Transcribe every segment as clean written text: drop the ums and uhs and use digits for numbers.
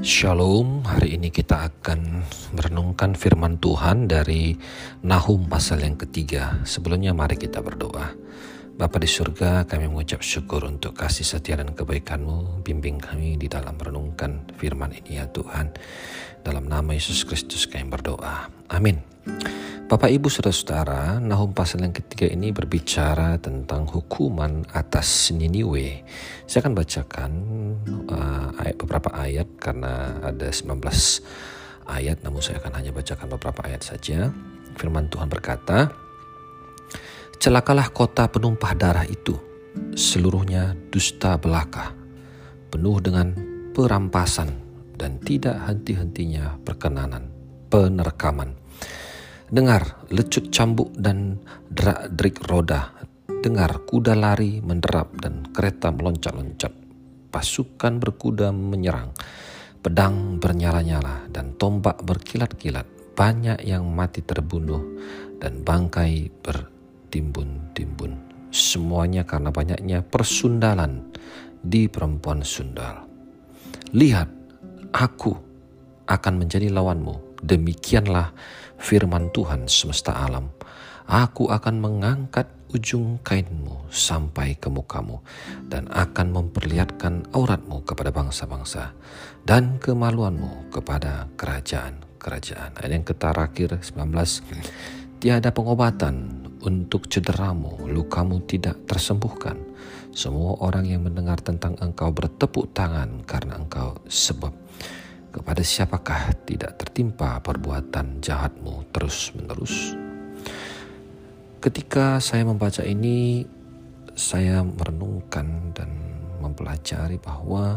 Shalom, hari ini kita akan merenungkan firman Tuhan dari Nahum pasal yang ketiga. Sebelumnya mari kita berdoa. Bapa di surga, kami mengucap syukur untuk kasih setia dan kebaikan-Mu. Bimbing kami di dalam merenungkan firman ini ya Tuhan. Dalam nama Yesus Kristus kami berdoa. Amin. Bapak Ibu Saudara-saudara, Nahum pasal yang ketiga ini berbicara tentang hukuman atas Niniwe. Saya akan bacakan beberapa ayat karena ada 19 ayat, namun saya akan hanya bacakan beberapa ayat saja. Firman Tuhan berkata, "Celakalah kota penumpah darah itu, seluruhnya dusta belaka, penuh dengan perampasan dan tidak henti-hentinya penerkaman. Dengar lecut cambuk dan derak-derik roda. Dengar kuda lari menderap dan kereta meloncat-loncat. Pasukan berkuda menyerang. Pedang bernyala-nyala dan tombak berkilat-kilat. Banyak yang mati terbunuh dan bangkai bertimbun-timbun. Semuanya karena banyaknya persundalan di perempuan sundal. Lihat, aku akan menjadi lawanmu. Demikianlah firman Tuhan semesta alam. Aku akan mengangkat ujung kainmu sampai ke mukamu dan akan memperlihatkan auratmu kepada bangsa-bangsa dan kemaluanmu kepada kerajaan-kerajaan." Ayat yang terakhir 19. "Tiada pengobatan untuk cederamu, lukamu tidak tersembuhkan. Semua orang yang mendengar tentang engkau bertepuk tangan karena engkau sebab kepada siapakah tidak tertimpa perbuatan jahatmu terus-menerus?" Ketika saya membaca ini, saya merenungkan dan mempelajari bahwa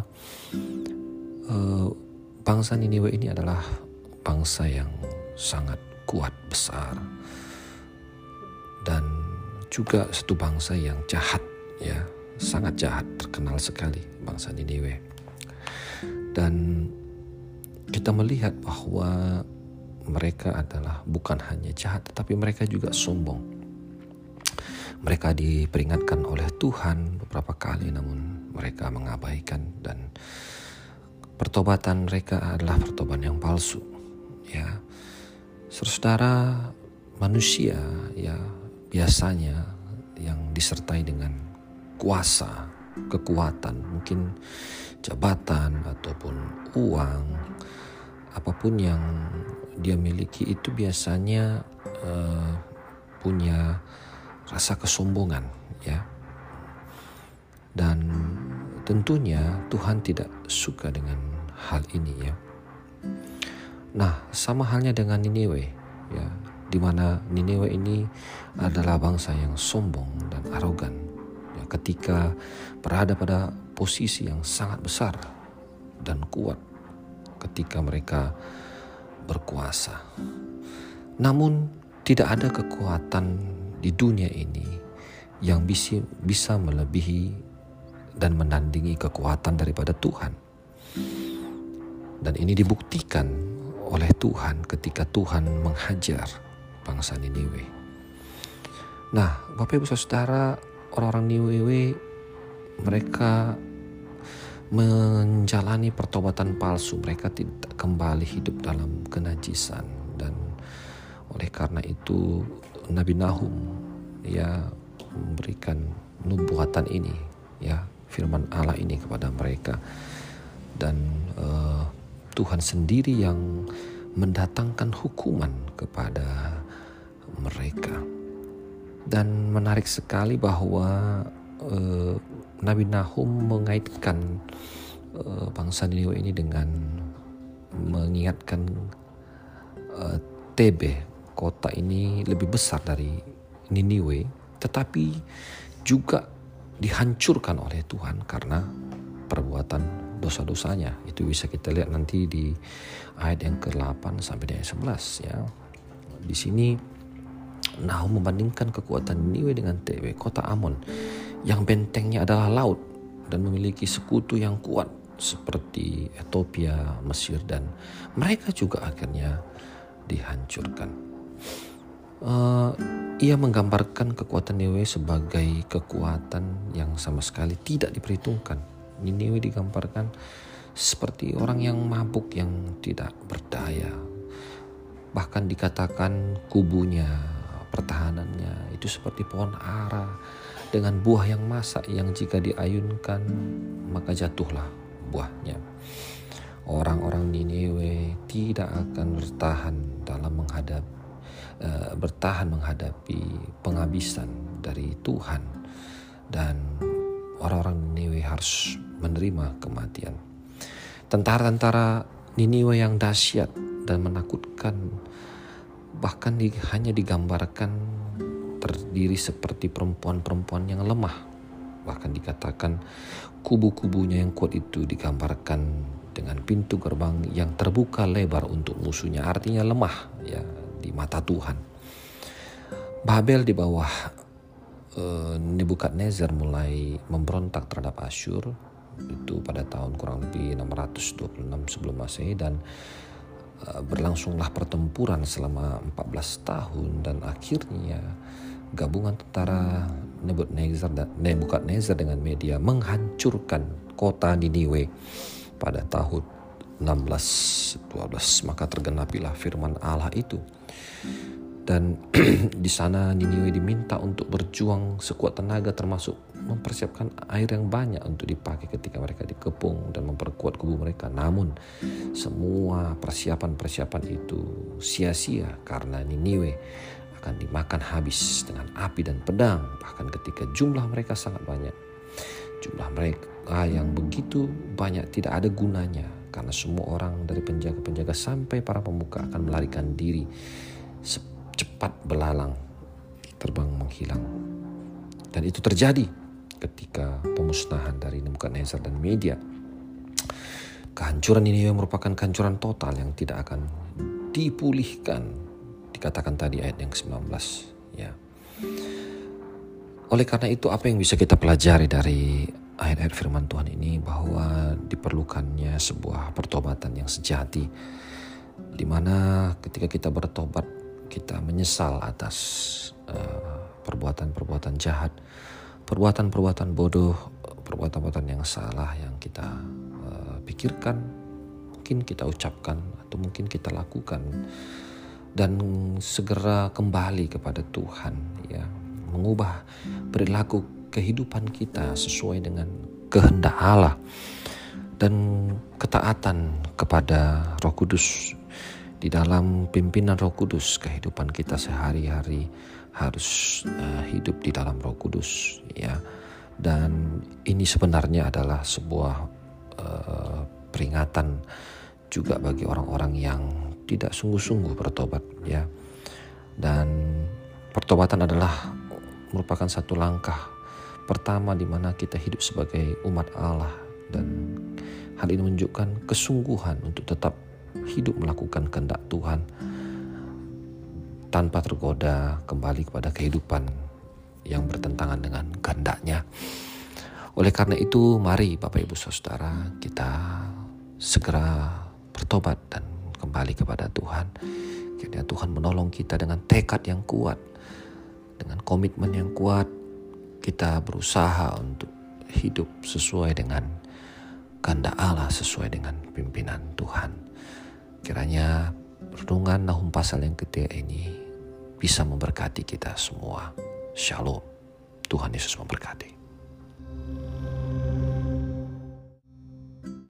bangsa Niniwe ini adalah bangsa yang sangat kuat, besar, dan juga satu bangsa yang jahat, ya, sangat jahat, terkenal sekali bangsa Niniwe. Dan kita melihat bahwa mereka adalah bukan hanya jahat, tetapi mereka juga sombong. Mereka diperingatkan oleh Tuhan beberapa kali, namun mereka mengabaikan, dan pertobatan mereka adalah pertobatan yang palsu. Ya, saudara, manusia ya biasanya yang disertai dengan kuasa, kekuatan, mungkin jabatan ataupun uang, apapun yang dia miliki itu biasanya punya rasa kesombongan, ya. Dan tentunya Tuhan tidak suka dengan hal ini, ya. Nah, sama halnya dengan Niniwe, ya, di mana Niniwe ini adalah bangsa yang sombong dan arogan, ya, ketika berada pada posisi yang sangat besar dan kuat ketika mereka berkuasa. Namun tidak ada kekuatan di dunia ini yang bisa melebihi dan menandingi kekuatan daripada Tuhan. Dan ini dibuktikan oleh Tuhan ketika Tuhan menghajar bangsa Niniwe. Nah, Bapak Ibu Saudara, orang-orang Niniwe mereka menjalani pertobatan palsu. Mereka tidak kembali hidup dalam kenajisan, dan oleh karena itu Nabi Nahum ya memberikan nubuatan ini, ya, firman Allah ini kepada mereka, dan Tuhan sendiri yang mendatangkan hukuman kepada mereka. Dan menarik sekali bahwa Nabi Nahum mengaitkan bangsa Niniwe ini dengan mengingatkan Tebe. Kota ini lebih besar dari Niniwe, tetapi juga dihancurkan oleh Tuhan karena perbuatan dosa-dosanya. Itu bisa kita lihat nanti di ayat yang ke-8 sampai ayat 11, ya. Di sini Nahum membandingkan kekuatan Niniwe dengan Tebe, kota Amon, yang bentengnya adalah laut dan memiliki sekutu yang kuat seperti Ethiopia, Mesir, dan mereka juga akhirnya dihancurkan. Ia menggambarkan kekuatan Niniwe sebagai kekuatan yang sama sekali tidak diperhitungkan. Niniwe digambarkan seperti orang yang mabuk yang tidak berdaya. Bahkan dikatakan kubunya, pertahanannya itu seperti pohon ara dengan buah yang masak yang jika diayunkan maka jatuhlah buahnya. Orang-orang Niniwe tidak akan bertahan menghadapi penghabisan dari Tuhan, dan orang-orang Niniwe harus menerima kematian. Tentara-tentara Niniwe yang dahsyat dan menakutkan bahkan hanya digambarkan terdiri seperti perempuan-perempuan yang lemah. Bahkan dikatakan kubu-kubunya yang kuat itu digambarkan dengan pintu gerbang yang terbuka lebar untuk musuhnya, artinya lemah ya di mata Tuhan. Babel di bawah Nebukadnezar mulai memberontak terhadap Asyur itu pada tahun kurang lebih 626 sebelum Masehi, dan berlangsunglah pertempuran selama 14 tahun dan akhirnya gabungan tentara Nebukadnezar dengan media menghancurkan kota Niniwe pada tahun 1612. Maka tergenapilah firman Allah itu. Dan di sana Niniwe diminta untuk berjuang sekuat tenaga, termasuk mempersiapkan air yang banyak untuk dipakai ketika mereka dikepung dan memperkuat kubu mereka. Namun semua persiapan-persiapan itu sia-sia karena Niniwe akan dimakan habis dengan api dan pedang. Bahkan ketika jumlah mereka sangat banyak, jumlah mereka yang begitu banyak tidak ada gunanya, karena semua orang dari penjaga-penjaga sampai para pemuka akan melarikan diri cepat belalang, terbang menghilang. Dan itu terjadi ketika pemusnahan dari Nebukadnezar dan media. Kehancuran ini merupakan kehancuran total yang tidak akan dipulihkan, dikatakan tadi ayat yang ke-19 ya. Oleh karena itu, apa yang bisa kita pelajari dari ayat-ayat firman Tuhan ini? Bahwa diperlukannya sebuah pertobatan yang sejati, di mana ketika kita bertobat, kita menyesal atas perbuatan-perbuatan jahat, perbuatan-perbuatan bodoh, perbuatan-perbuatan yang salah yang kita pikirkan, mungkin kita ucapkan atau mungkin kita lakukan, dan segera kembali kepada Tuhan ya, mengubah perilaku kehidupan kita sesuai dengan kehendak Allah dan ketaatan kepada Roh Kudus. Di dalam pimpinan Roh Kudus, kehidupan kita sehari-hari harus hidup di dalam Roh Kudus ya. Dan ini sebenarnya adalah sebuah peringatan juga bagi orang-orang yang tidak sungguh-sungguh bertobat ya. Dan pertobatan adalah merupakan satu langkah pertama di mana kita hidup sebagai umat Allah, dan hal ini menunjukkan kesungguhan untuk tetap hidup melakukan kehendak Tuhan tanpa tergoda kembali kepada kehidupan yang bertentangan dengan kehendaknya. Oleh karena itu, mari Bapak Ibu Saudara, kita segera bertobat dan kembali kepada Tuhan. Kiranya Tuhan menolong kita dengan tekad yang kuat, dengan komitmen yang kuat. Kita berusaha untuk hidup sesuai dengan kehendak Allah, sesuai dengan pimpinan Tuhan. Kiranya renungan Nahum pasal yang ketiga ini bisa memberkati kita semua. Shalom. Tuhan Yesus memberkati.